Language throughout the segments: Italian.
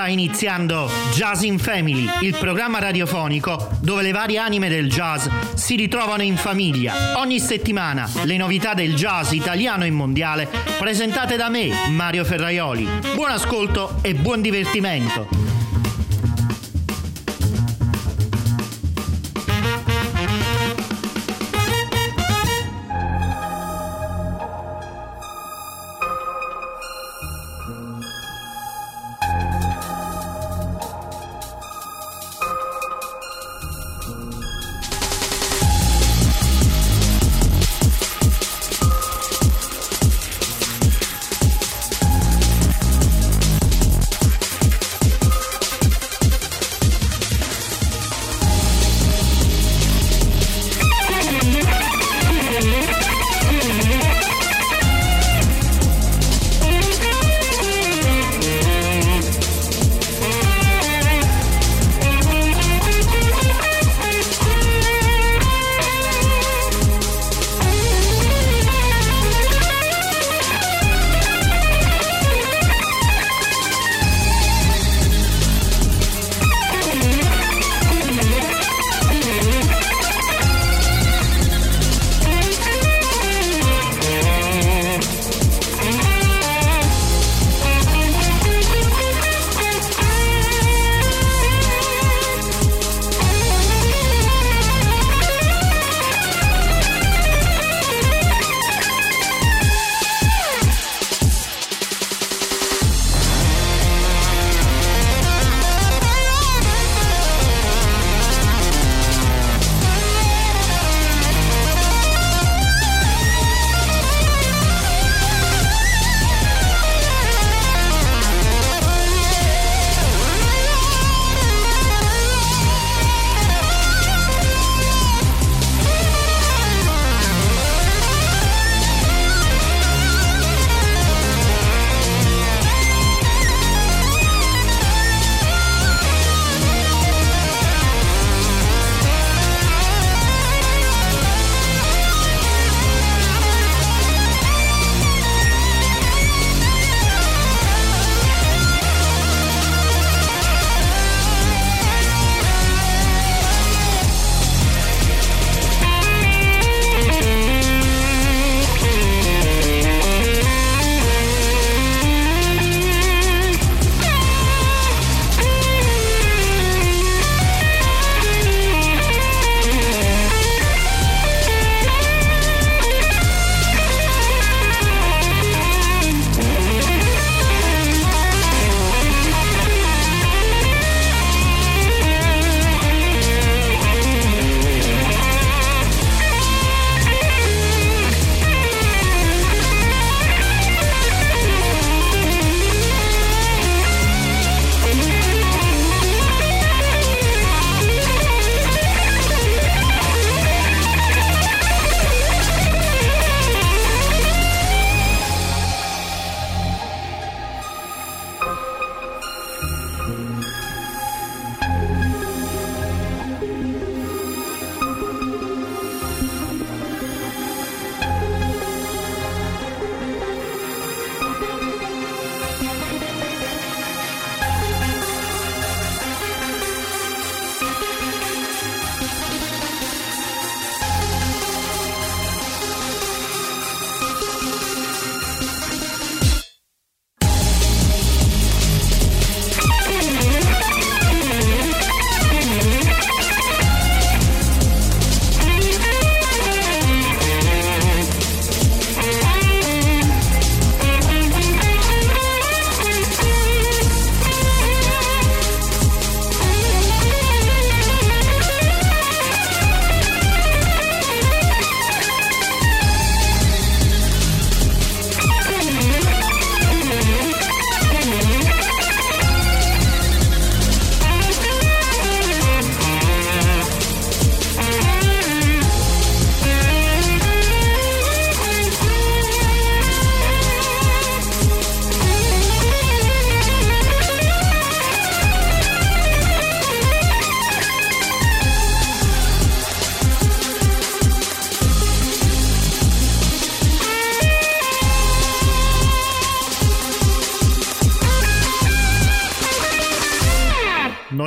iniziando Jazz in Family, il programma radiofonico dove le varie anime del jazz si ritrovano in famiglia. Ogni settimana le novità del jazz italiano e mondiale presentate da me, Mario Ferraioli. Buon ascolto e buon divertimento.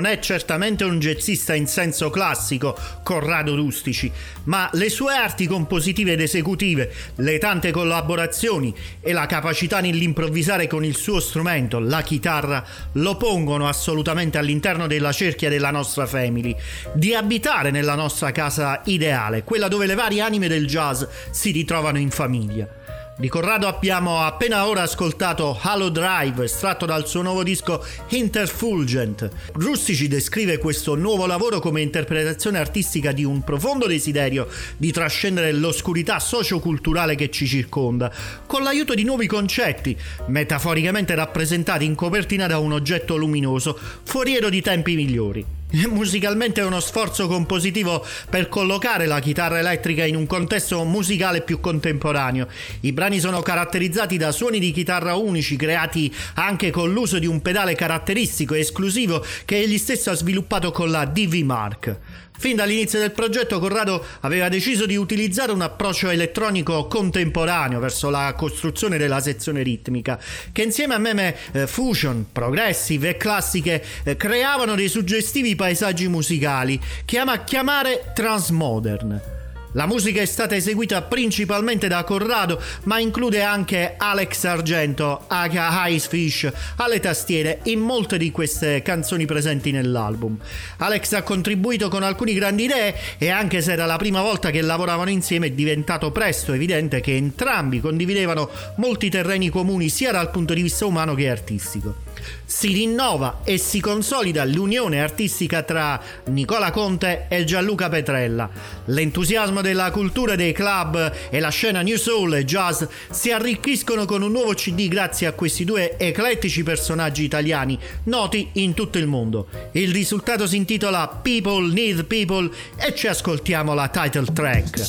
non è certamente un jazzista in senso classico, Corrado Rustici, ma le sue arti compositive ed esecutive, le tante collaborazioni e la capacità nell'improvvisare con il suo strumento, la chitarra, lo pongono assolutamente all'interno della cerchia della nostra family, di abitare nella nostra casa ideale, quella dove le varie anime del jazz si ritrovano in famiglia. Di Corrado abbiamo appena ora ascoltato Halo Drive, estratto dal suo nuovo disco Interfulgent. Rustici descrive questo nuovo lavoro come interpretazione artistica di un profondo desiderio di trascendere l'oscurità socioculturale che ci circonda, con l'aiuto di nuovi concetti, metaforicamente rappresentati in copertina da un oggetto luminoso, foriero di tempi migliori. Musicalmente è uno sforzo compositivo per collocare la chitarra elettrica in un contesto musicale più contemporaneo. I brani sono caratterizzati da suoni di chitarra unici, creati anche con l'uso di un pedale caratteristico e esclusivo che egli stesso ha sviluppato con la DV Mark. Fin dall'inizio del progetto Corrado aveva deciso di utilizzare un approccio elettronico contemporaneo verso la costruzione della sezione ritmica, che insieme a meme fusion, progressive e classiche creavano dei suggestivi paesaggi musicali che ama chiamare transmodern. La musica è stata eseguita principalmente da Corrado, ma include anche Alex Argento, aka Ice Fish, alle tastiere in molte di queste canzoni presenti nell'album. Alex ha contribuito con alcune grandi idee e anche se era la prima volta che lavoravano insieme è diventato presto evidente che entrambi condividevano molti terreni comuni sia dal punto di vista umano che artistico. Si rinnova e si consolida l'unione artistica tra Nicola Conte e Gianluca Petrella. L'entusiasmo della cultura dei club e la scena new soul e jazz si arricchiscono con un nuovo CD grazie a questi due eclettici personaggi italiani noti in tutto il mondo. Il risultato si intitola People Need People e ci ascoltiamo la title track.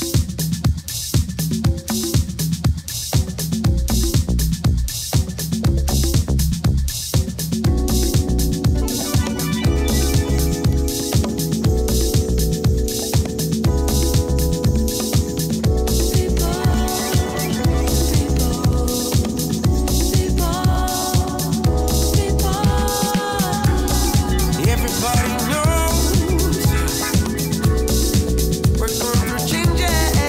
Everybody knows we're gonna change it.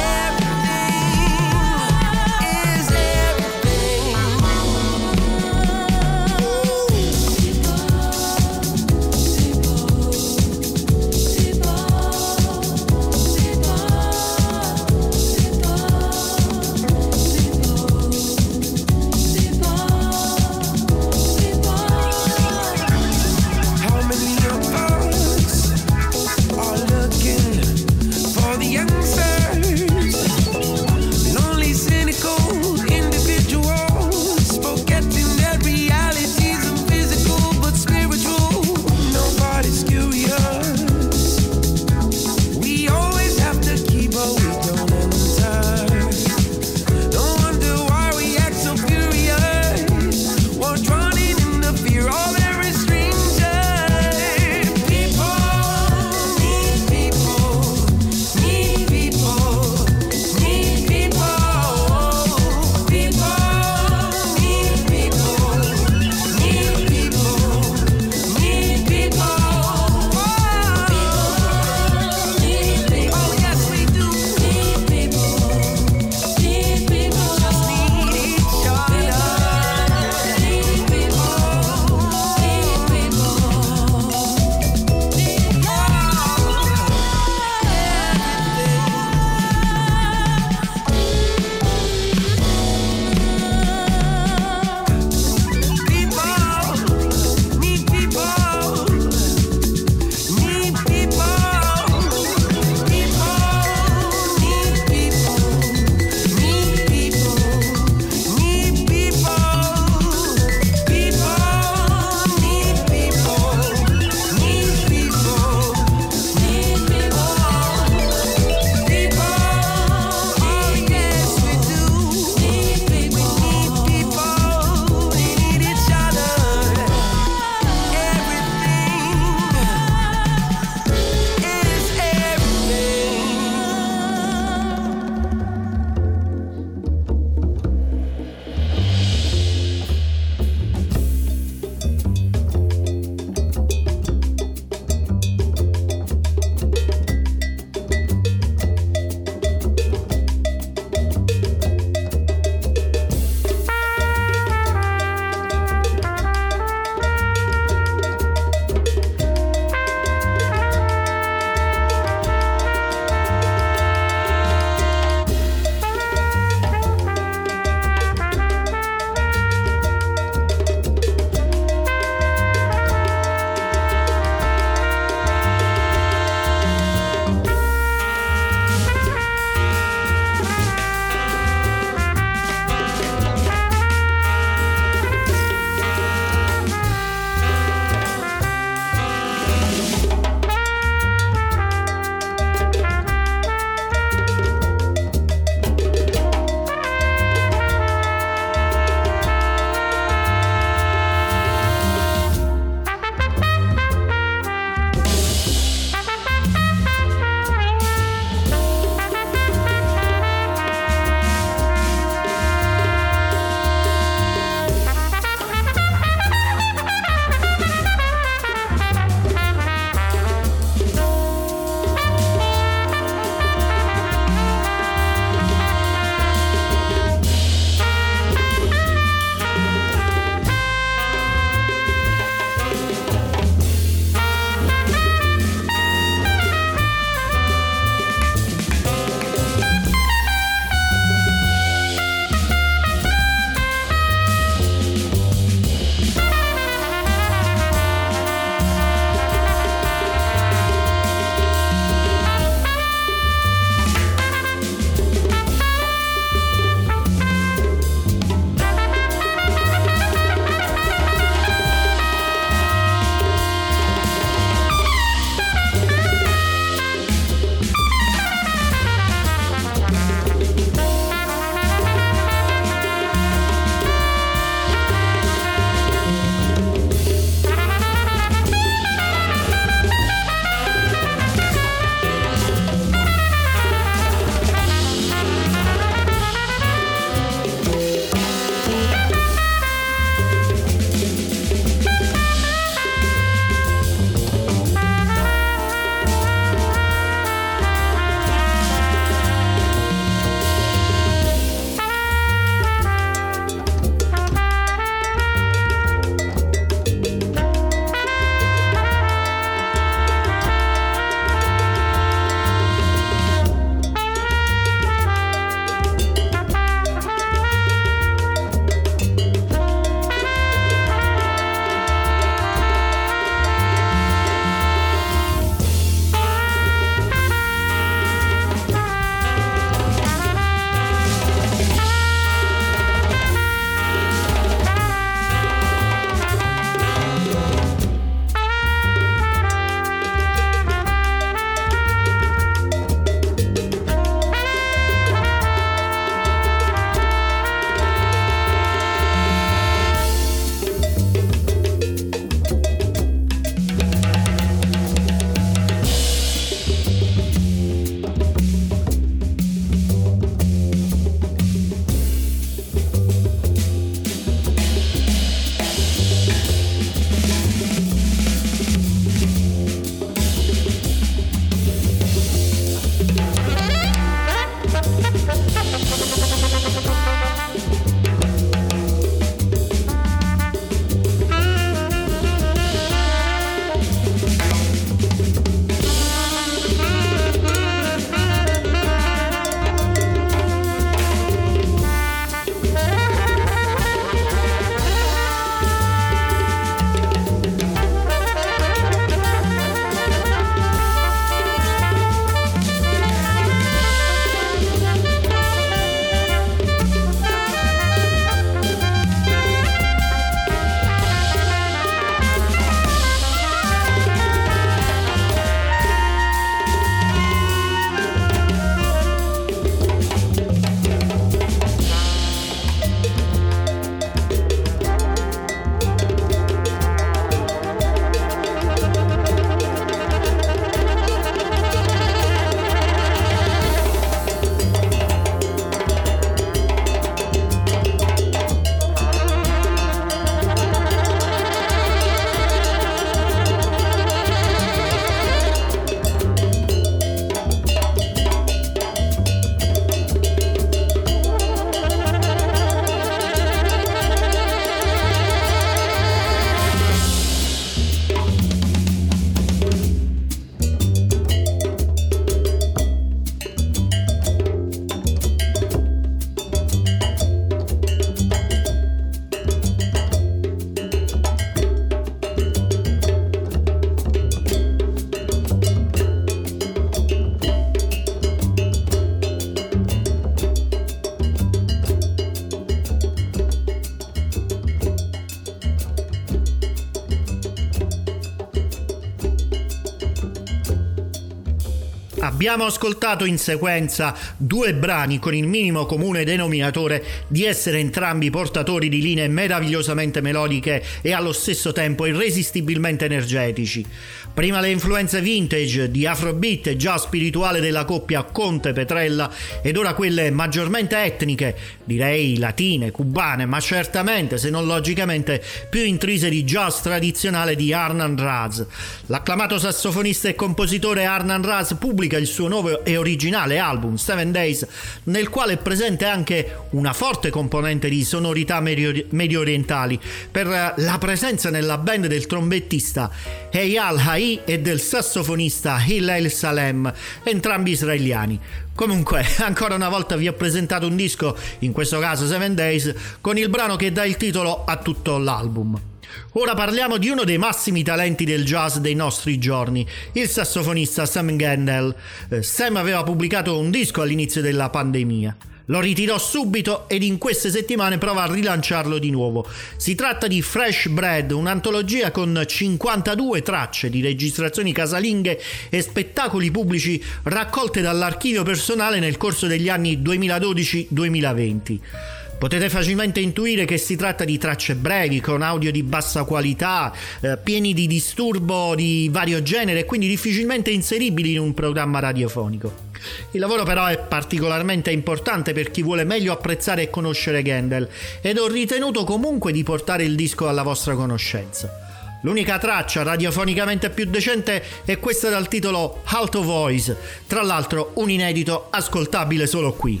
Abbiamo ascoltato in sequenza due brani con il minimo comune denominatore di essere entrambi portatori di linee meravigliosamente melodiche e allo stesso tempo irresistibilmente energetici. Prima le influenze vintage di Afrobeat e jazz spirituale della coppia Conte-Petrella ed ora quelle maggiormente etniche, direi latine, cubane, ma certamente, se non logicamente, più intrise di jazz tradizionale di Arnan Raz. L'acclamato sassofonista e compositore Arnan Raz pubblica il suo nuovo e originale album 7 Days, nel quale è presente anche una forte componente di sonorità medio orientali per la presenza nella band del trombettista Eyal Hai e del sassofonista Hillel Salem, entrambi israeliani. Comunque, ancora una volta vi ho presentato un disco, in questo caso 7 Days, con il brano che dà il titolo a tutto l'album. Ora parliamo di uno dei massimi talenti del jazz dei nostri giorni, il sassofonista Sam Gendel. Sam aveva pubblicato un disco all'inizio della pandemia. Lo ritirò subito ed in queste settimane prova a rilanciarlo di nuovo. Si tratta di Fresh Bread, un'antologia con 52 tracce di registrazioni casalinghe e spettacoli pubblici raccolte dall'archivio personale nel corso degli anni 2012-2020. Potete facilmente intuire che si tratta di tracce brevi, con audio di bassa qualità, pieni di disturbo di vario genere e quindi difficilmente inseribili in un programma radiofonico. Il lavoro però è particolarmente importante per chi vuole meglio apprezzare e conoscere Gendel ed ho ritenuto comunque di portare il disco alla vostra conoscenza. L'unica traccia radiofonicamente più decente è questa dal titolo Alto Voice, tra l'altro un inedito ascoltabile solo qui.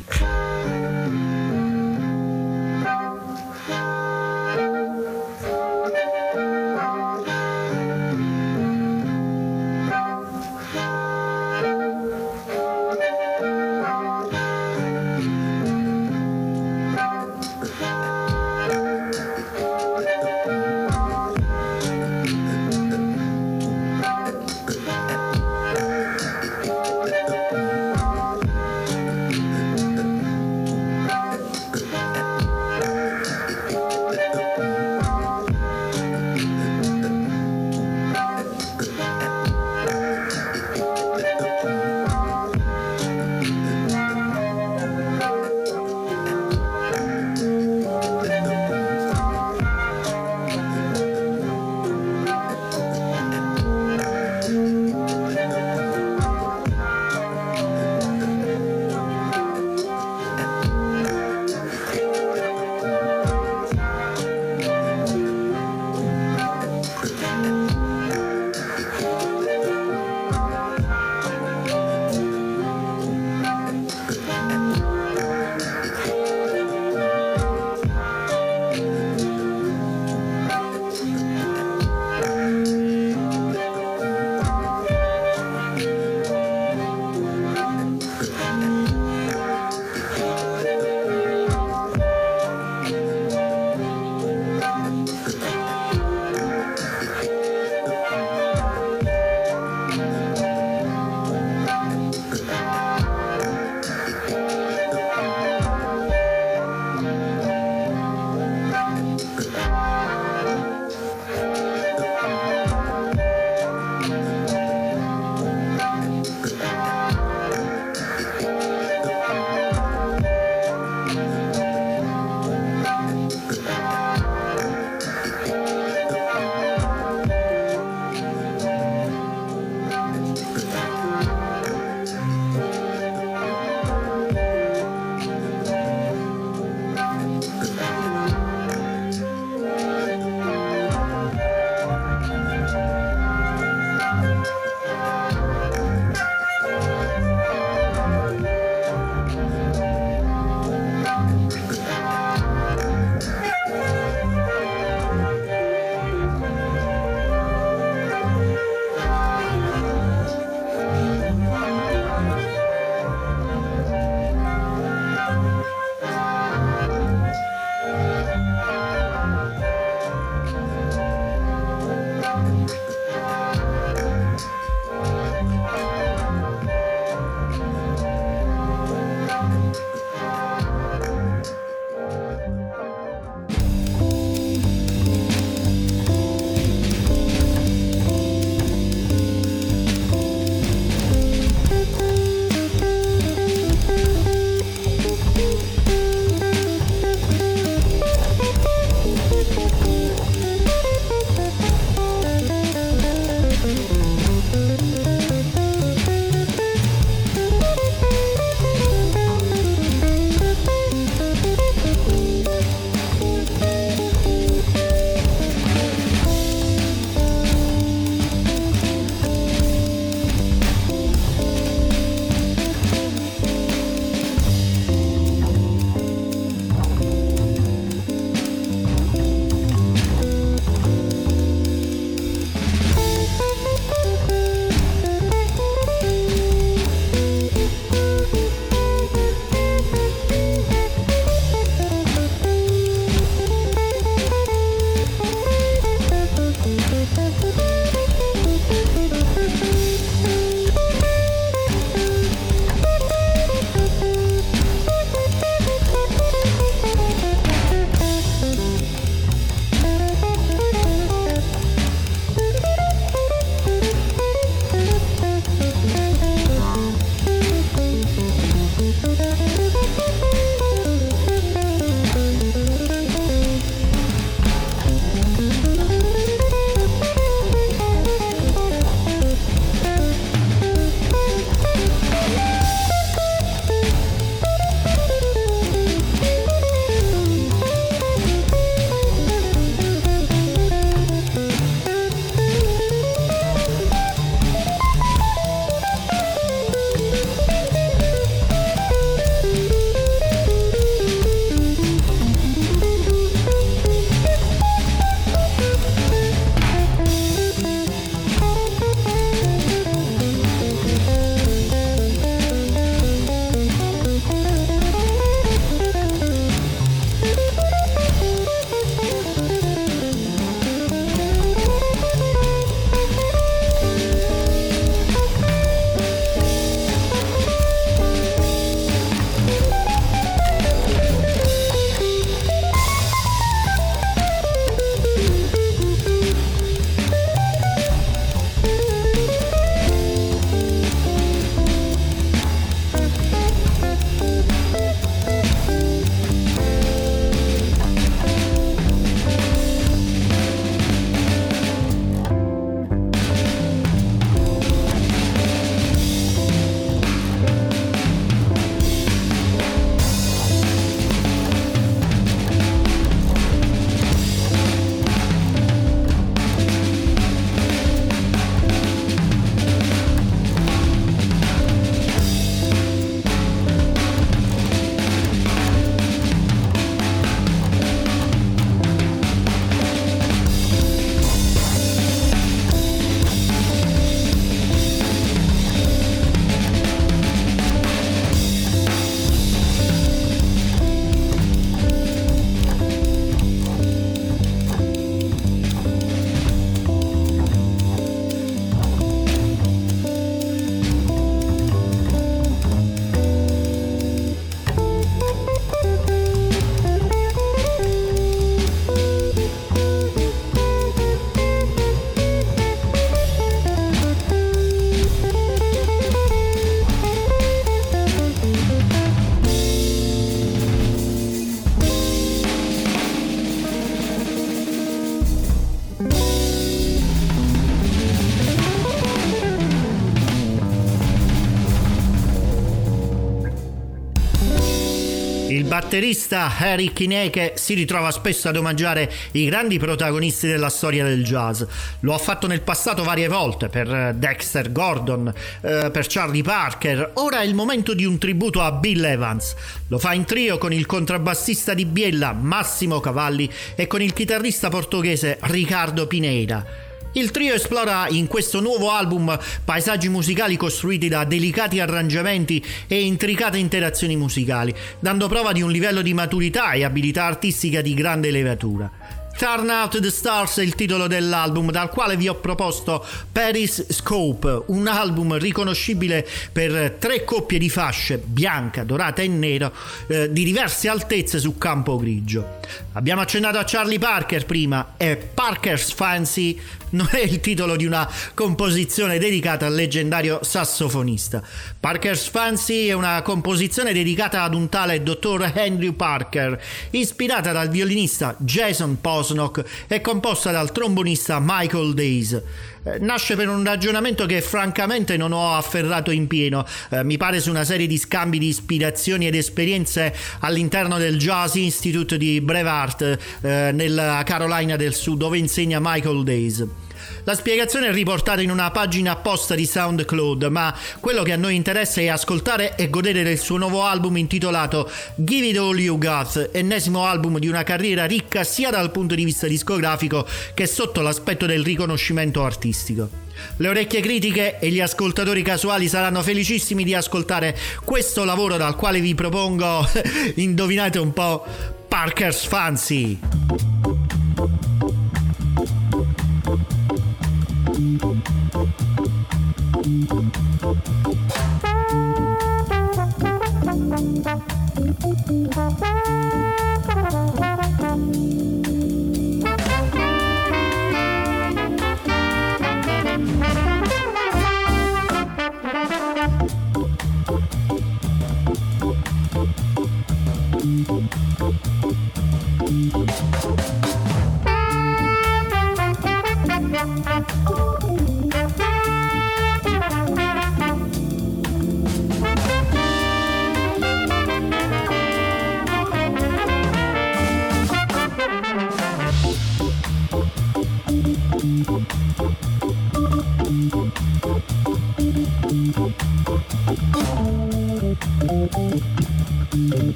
Il batterista Harry Kineke si ritrova spesso ad omaggiare i grandi protagonisti della storia del jazz. Lo ha fatto nel passato varie volte per Dexter Gordon, per Charlie Parker. Ora è il momento di un tributo a Bill Evans. Lo fa in trio con il contrabbassista di Biella Massimo Cavalli e con il chitarrista portoghese Ricardo Pineira. Il trio esplora in questo nuovo album paesaggi musicali costruiti da delicati arrangiamenti e intricate interazioni musicali, dando prova di un livello di maturità e abilità artistica di grande levatura. Turn Out the Stars è il titolo dell'album, dal quale vi ho proposto Periscope, un album riconoscibile per 3 coppie di fasce, bianca, dorata e nero, di diverse altezze su campo grigio. Abbiamo accennato a Charlie Parker prima, e Parker's Fancy non è il titolo di una composizione dedicata al leggendario sassofonista. Parker's Fancy è una composizione dedicata ad un tale dottor Andrew Parker, ispirata dal violinista Jason Posnock e composta dal trombonista Michael Days. Nasce per un ragionamento che francamente non ho afferrato in pieno, mi pare su una serie di scambi di ispirazioni ed esperienze all'interno del Jazz Institute di Brevard, nella Carolina del Sud, dove insegna Michael Days. La spiegazione è riportata in una pagina apposta di SoundCloud, ma quello che a noi interessa è ascoltare e godere del suo nuovo album intitolato Give It All You Got, ennesimo album di una carriera ricca sia dal punto di vista discografico che sotto l'aspetto del riconoscimento artistico. Le orecchie critiche e gli ascoltatori casuali saranno felicissimi di ascoltare questo lavoro, dal quale vi propongo, indovinate un po', Parker's Fancy.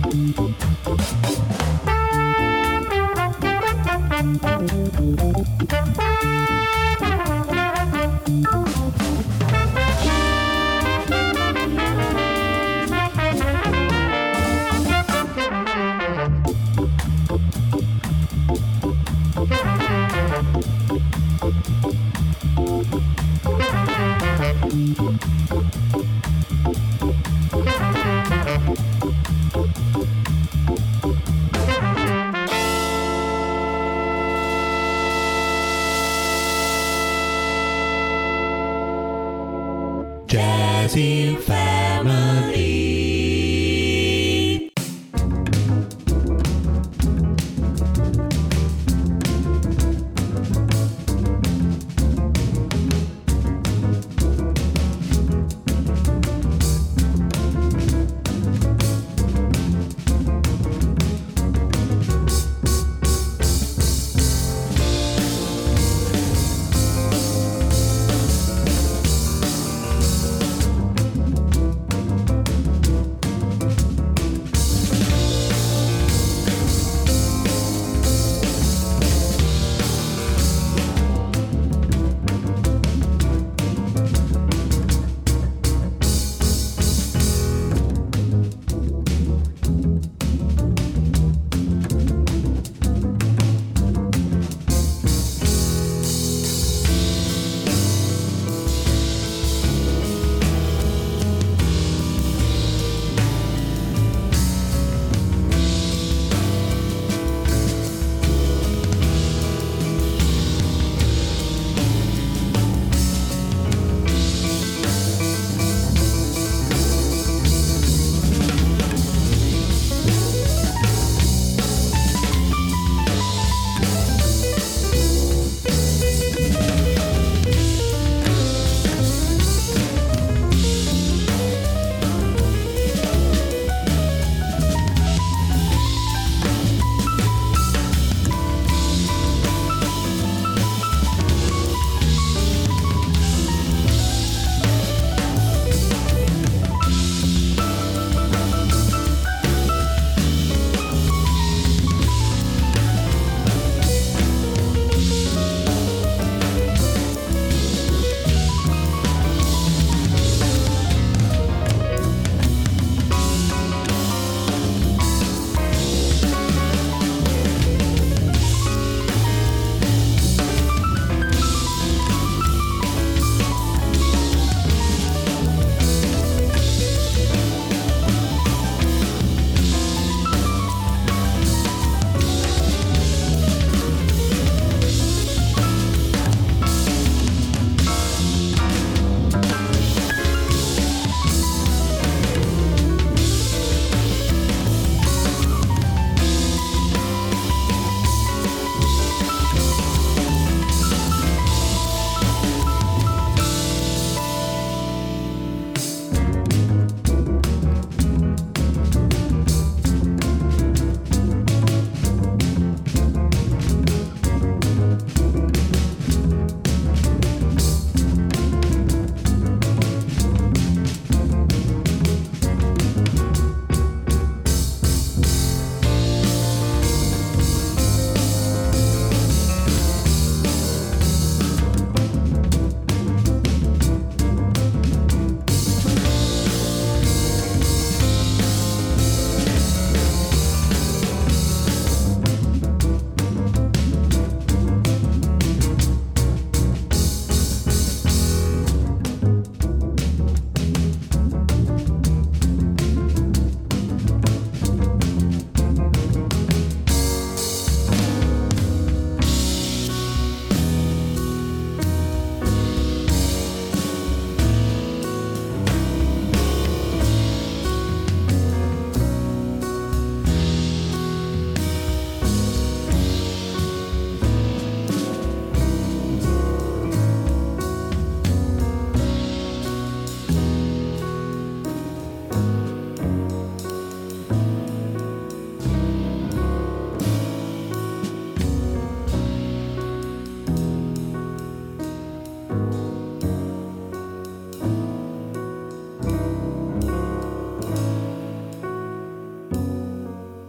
Jazzin' Family.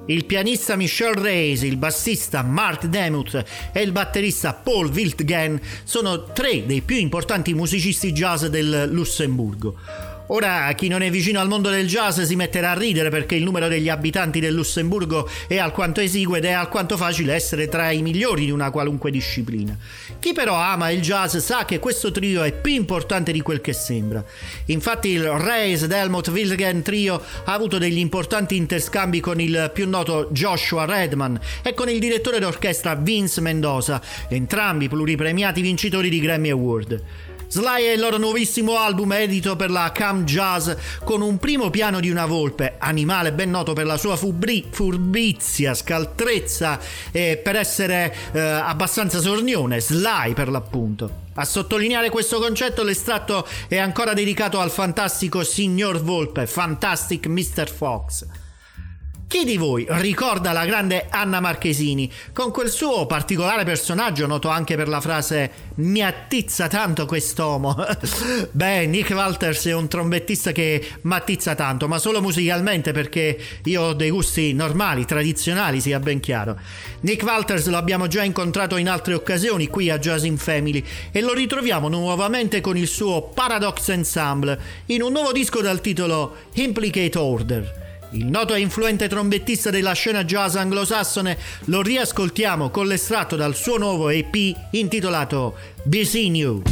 Il pianista Michel Reyes, il bassista Mark Demuth e il batterista Paul Wiltgen sono tre dei più importanti musicisti jazz del Lussemburgo. Ora chi non è vicino al mondo del jazz si metterà a ridere perché il numero degli abitanti del Lussemburgo è alquanto esiguo ed è alquanto facile essere tra i migliori di una qualunque disciplina. Chi però ama il jazz sa che questo trio è più importante di quel che sembra. Infatti il Reyes-Demuth-Wiltgen trio ha avuto degli importanti interscambi con il più noto Joshua Redman e con il direttore d'orchestra Vince Mendoza, entrambi pluripremiati vincitori di Grammy Award. Sly è il loro nuovissimo album edito per la Cam Jazz con un primo piano di una volpe, animale ben noto per la sua furbizia, scaltrezza e per essere abbastanza sornione, Sly per l'appunto. A sottolineare questo concetto l'estratto è ancora dedicato al fantastico Signor Volpe, Fantastic Mr. Fox. Chi di voi ricorda la grande Anna Marchesini con quel suo particolare personaggio noto anche per la frase "mi attizza tanto quest'uomo"? Beh, Nick Walters è un trombettista che m'attizza tanto, ma solo musicalmente, perché io ho dei gusti normali, tradizionali, sia ben chiaro. Nick Walters lo abbiamo già incontrato in altre occasioni qui a Jazz in Family e lo ritroviamo nuovamente con il suo Paradox Ensemble in un nuovo disco dal titolo Implicate Order. Il noto e influente trombettista della scena jazz anglosassone lo riascoltiamo con l'estratto dal suo nuovo EP intitolato Be Seeing You.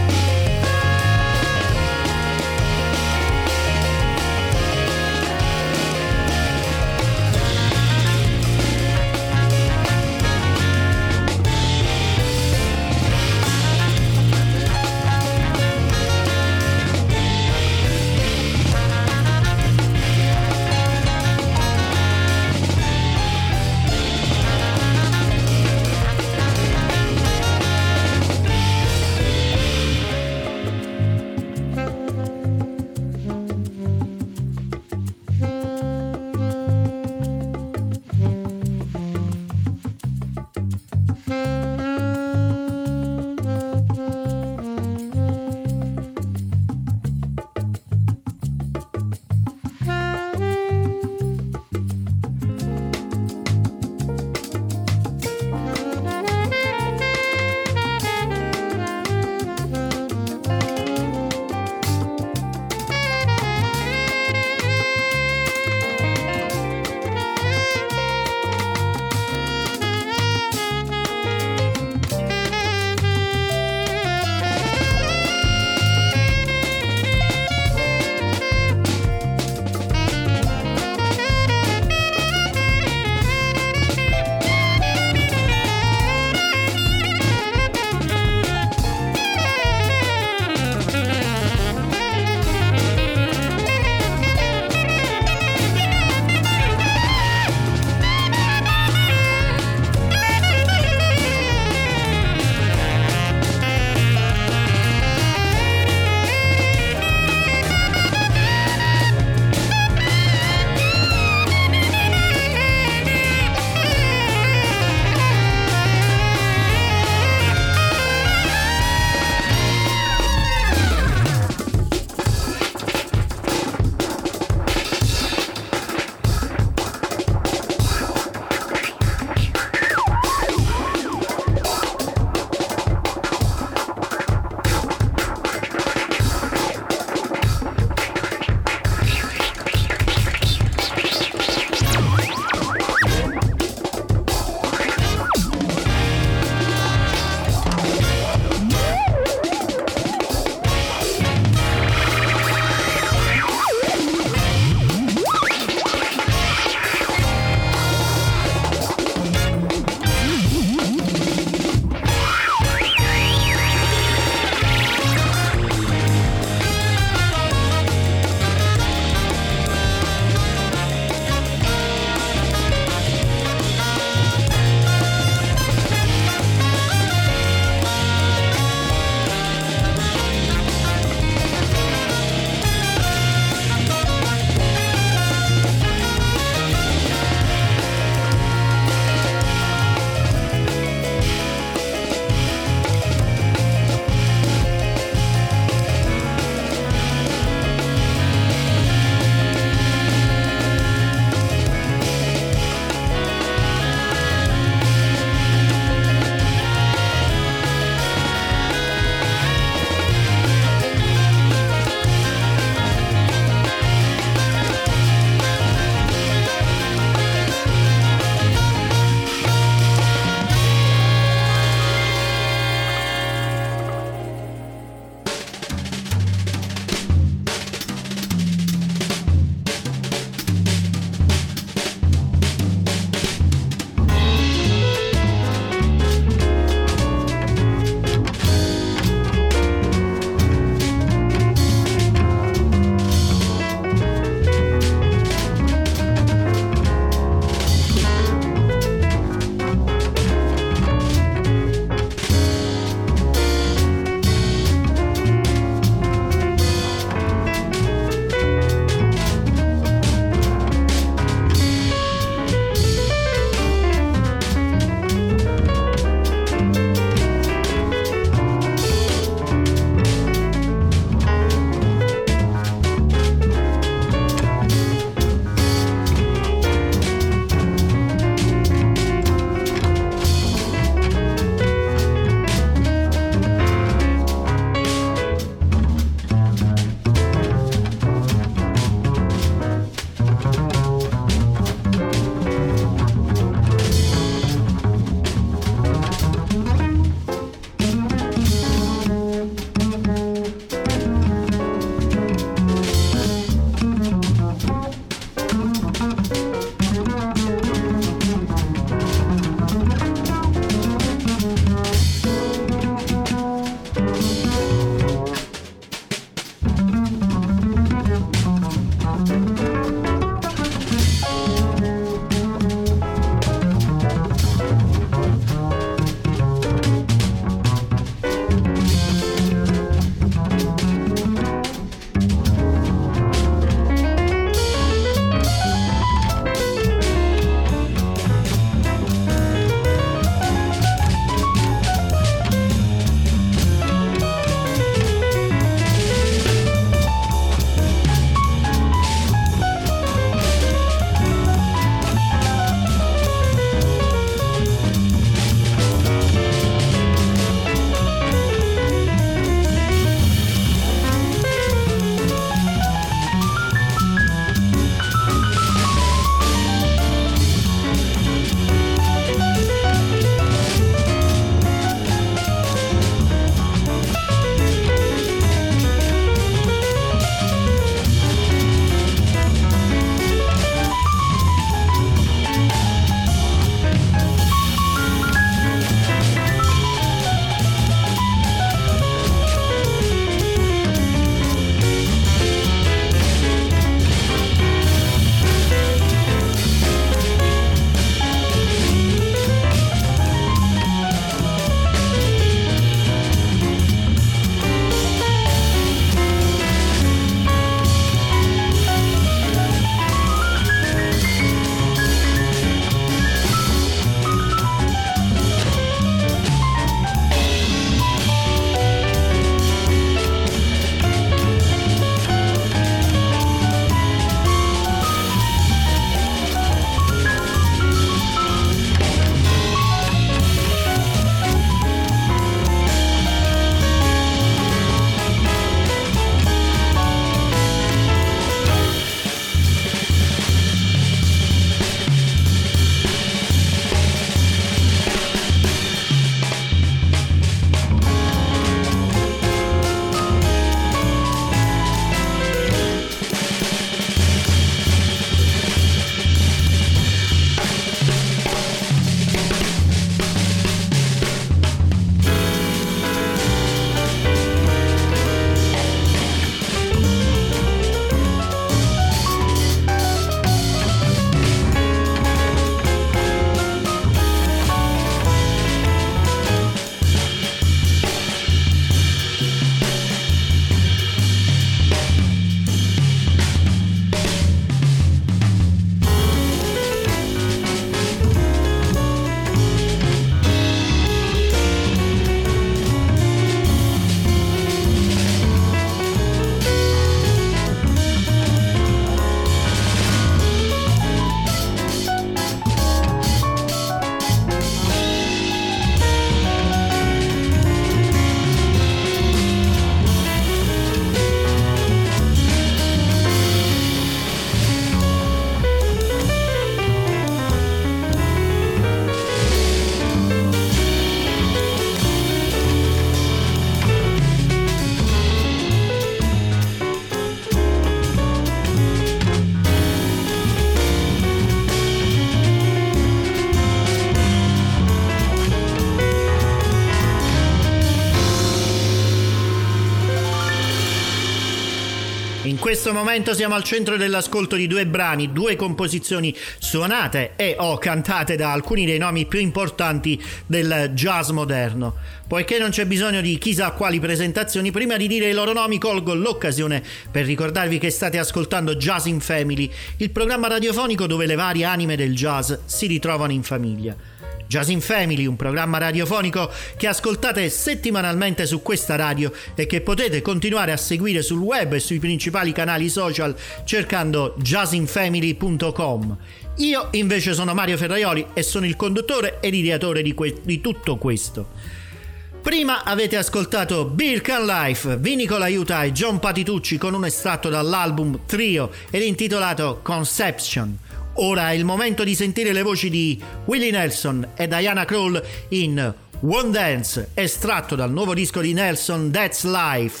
questo momento siamo al centro dell'ascolto di due brani, due composizioni suonate e o cantate da alcuni dei nomi più importanti del jazz moderno. Poiché non c'è bisogno di chissà quali presentazioni, prima di dire i loro nomi colgo l'occasione per ricordarvi che state ascoltando Jazz in Family, il programma radiofonico dove le varie anime del jazz si ritrovano in famiglia. Jazz in Family, un programma radiofonico che ascoltate settimanalmente su questa radio e che potete continuare a seguire sul web e sui principali canali social cercando jazzinfamily.com. Io invece sono Mario Ferraioli e sono il conduttore ed ideatore di tutto questo. Prima avete ascoltato Beer Can Life, Vinicola Aiuta e John Patitucci con un estratto dall'album Trio ed intitolato Conception. Ora è il momento di sentire le voci di Willie Nelson e Diana Krall in One Dance, estratto dal nuovo disco di Nelson, That's Life.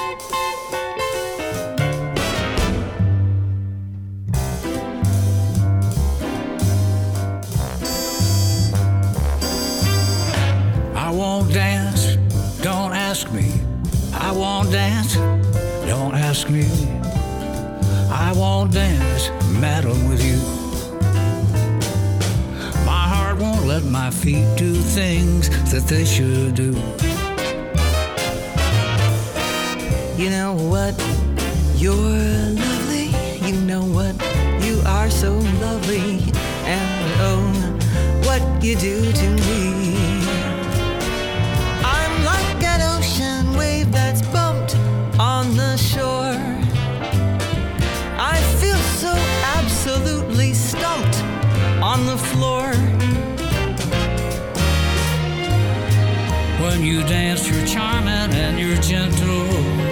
I won't dance, don't ask me. I won't dance, don't ask me. I won't dance, meddling with you. My heart won't let my feet do things that they should do. You know what? You're lovely. You know what? You are so lovely. And oh, what you do to me. I'm like an ocean wave that's bumped on the shore. I feel so absolutely stumped on the floor. When you dance, you're charming and you're gentle,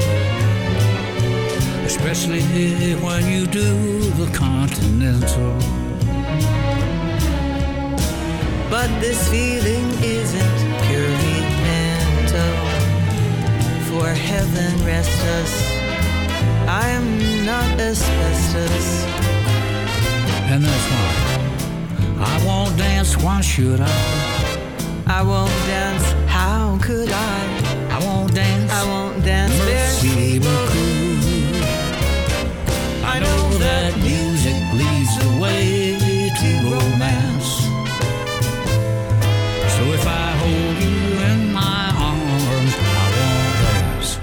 especially when you do the continental. But this feeling isn't purely mental. For heaven rest us, I'm not asbestos. And that's why I won't dance, why should I? I won't dance, how could I? I won't dance, I won't dance, merci beaucoup. I know that music leads the way to romance. So if I hold you in my arms, I won't dance.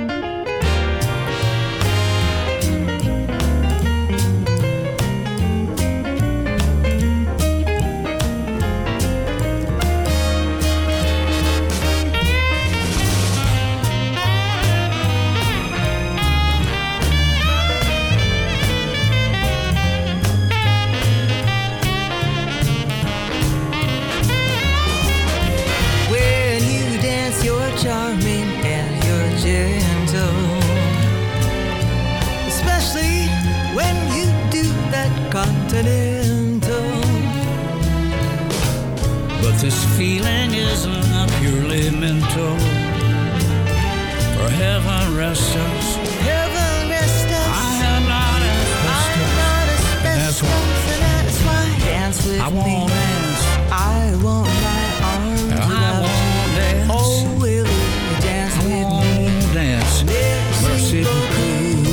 Charming and you're gentle, especially when you do that continental. But this feeling isn't purely mental. For heaven rest us, Heaven rest us, I am not asbestos. I'm not asbestos, and that's why dance with I me. won't dance, I want my arms I around won't dance. Oh, will you dance with me? Dance, merci beaucoup.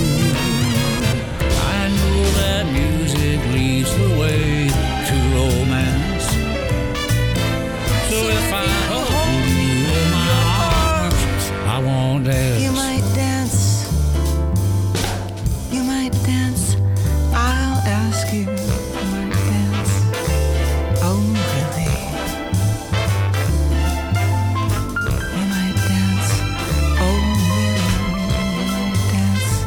I know that music leads the way to romance. So if I hold you in my arms, I won't dance. You might dance. You might dance. I'll ask you. You might dance. Oh, really? You might dance. Oh, really? You might dance.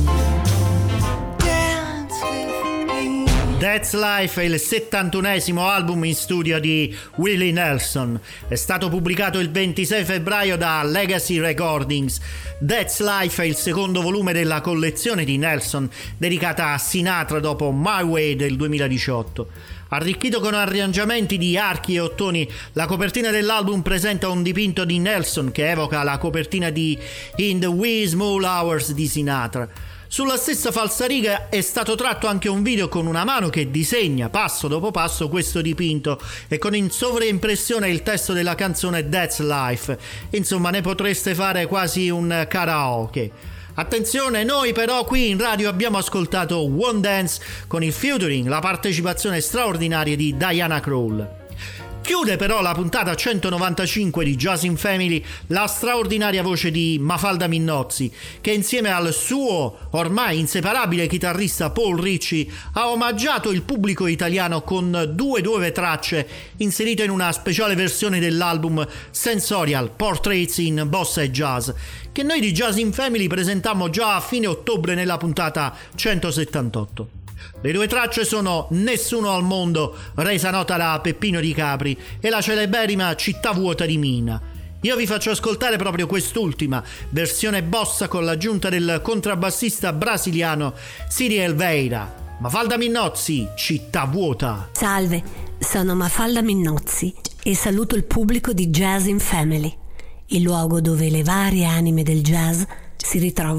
Dance with me. That's Life è il 71esimo album in studio di Willie Nelson. È stato pubblicato il 26 febbraio da Legacy Recordings. That's Life è il secondo volume della collezione di Nelson dedicata a Sinatra dopo My Way del 2018. Arricchito con arrangiamenti di archi e ottoni, la copertina dell'album presenta un dipinto di Nelson che evoca la copertina di In the Wee Small Hours di Sinatra. Sulla stessa falsariga è stato tratto anche un video con una mano che disegna passo dopo passo questo dipinto e con in sovraimpressione il testo della canzone That's Life. Insomma, ne potreste fare quasi un karaoke. Attenzione, noi però qui in radio abbiamo ascoltato One Dance con il featuring, la partecipazione straordinaria di Diana Krall. Chiude però la puntata 195 di Jazz in Family la straordinaria voce di Mafalda Minnozzi, che insieme al suo ormai inseparabile chitarrista Paul Ricci ha omaggiato il pubblico italiano con due nuove tracce inserite in una speciale versione dell'album Sensorial Portraits in Bossa e Jazz, che noi di Jazz in Family presentammo già a fine ottobre nella puntata 178. Le due tracce sono Nessuno al mondo, resa nota da Peppino Di Capri, e la celeberrima Città vuota di Mina. Io vi faccio ascoltare proprio quest'ultima, versione bossa con l'aggiunta del contrabbassista brasiliano Ciriel Veira. Mafalda Minnozzi, Città vuota. Salve, sono Mafalda Minnozzi e saluto il pubblico di Jazz in Family, il luogo dove le varie anime del jazz si ritrovano.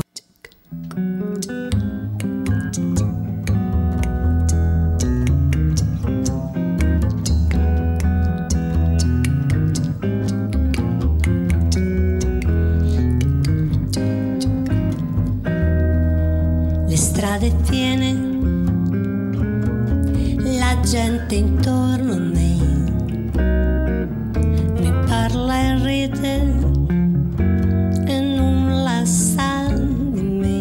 Strade piene, la gente intorno a me mi parla e ride e nulla sa di me.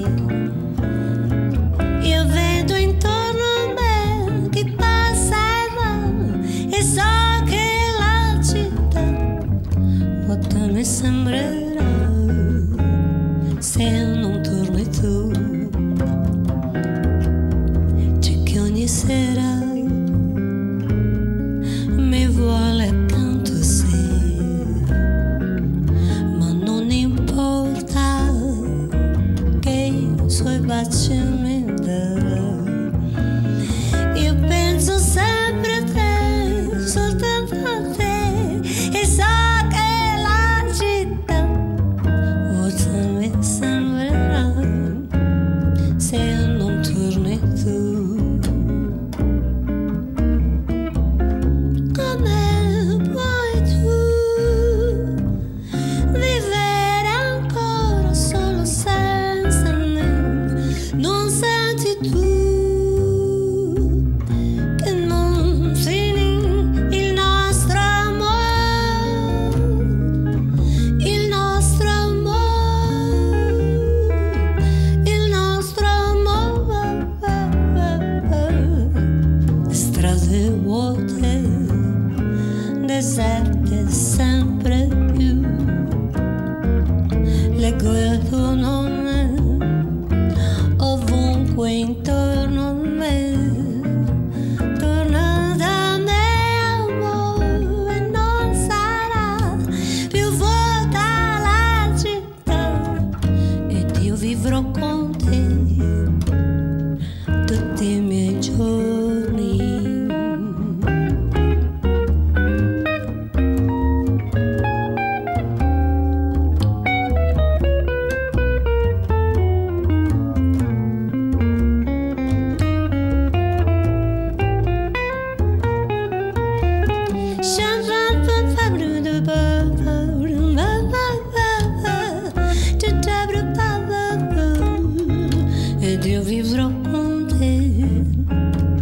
Io vedo intorno a me chi passa e va e so che la città vuota mi sembrerà se non torni tu. Sera mi vuole tanto sì, ma non importa che i suoi baci mi darà. Io penso sempre a te, soltanto a te, e so che la città vuota mi sembrerà se non torni tu. Deserte sempre più, leggo il tuo nome ovunque intorno a me. Torna da me amore, non sarà più vuota la città ed io vivrò con te tutti i miei giorni. Ed io vivrò con te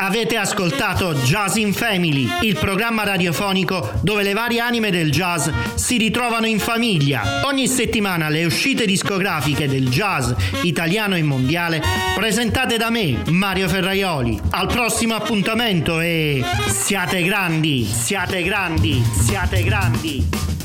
Avete ascoltato Jazz in Family, il programma radiofonico dove le varie anime del jazz si ritrovano in famiglia. Ogni settimana le uscite discografiche del jazz italiano e mondiale presentate da me, Mario Ferraioli. Al prossimo appuntamento e siate grandi, siate grandi, siate grandi.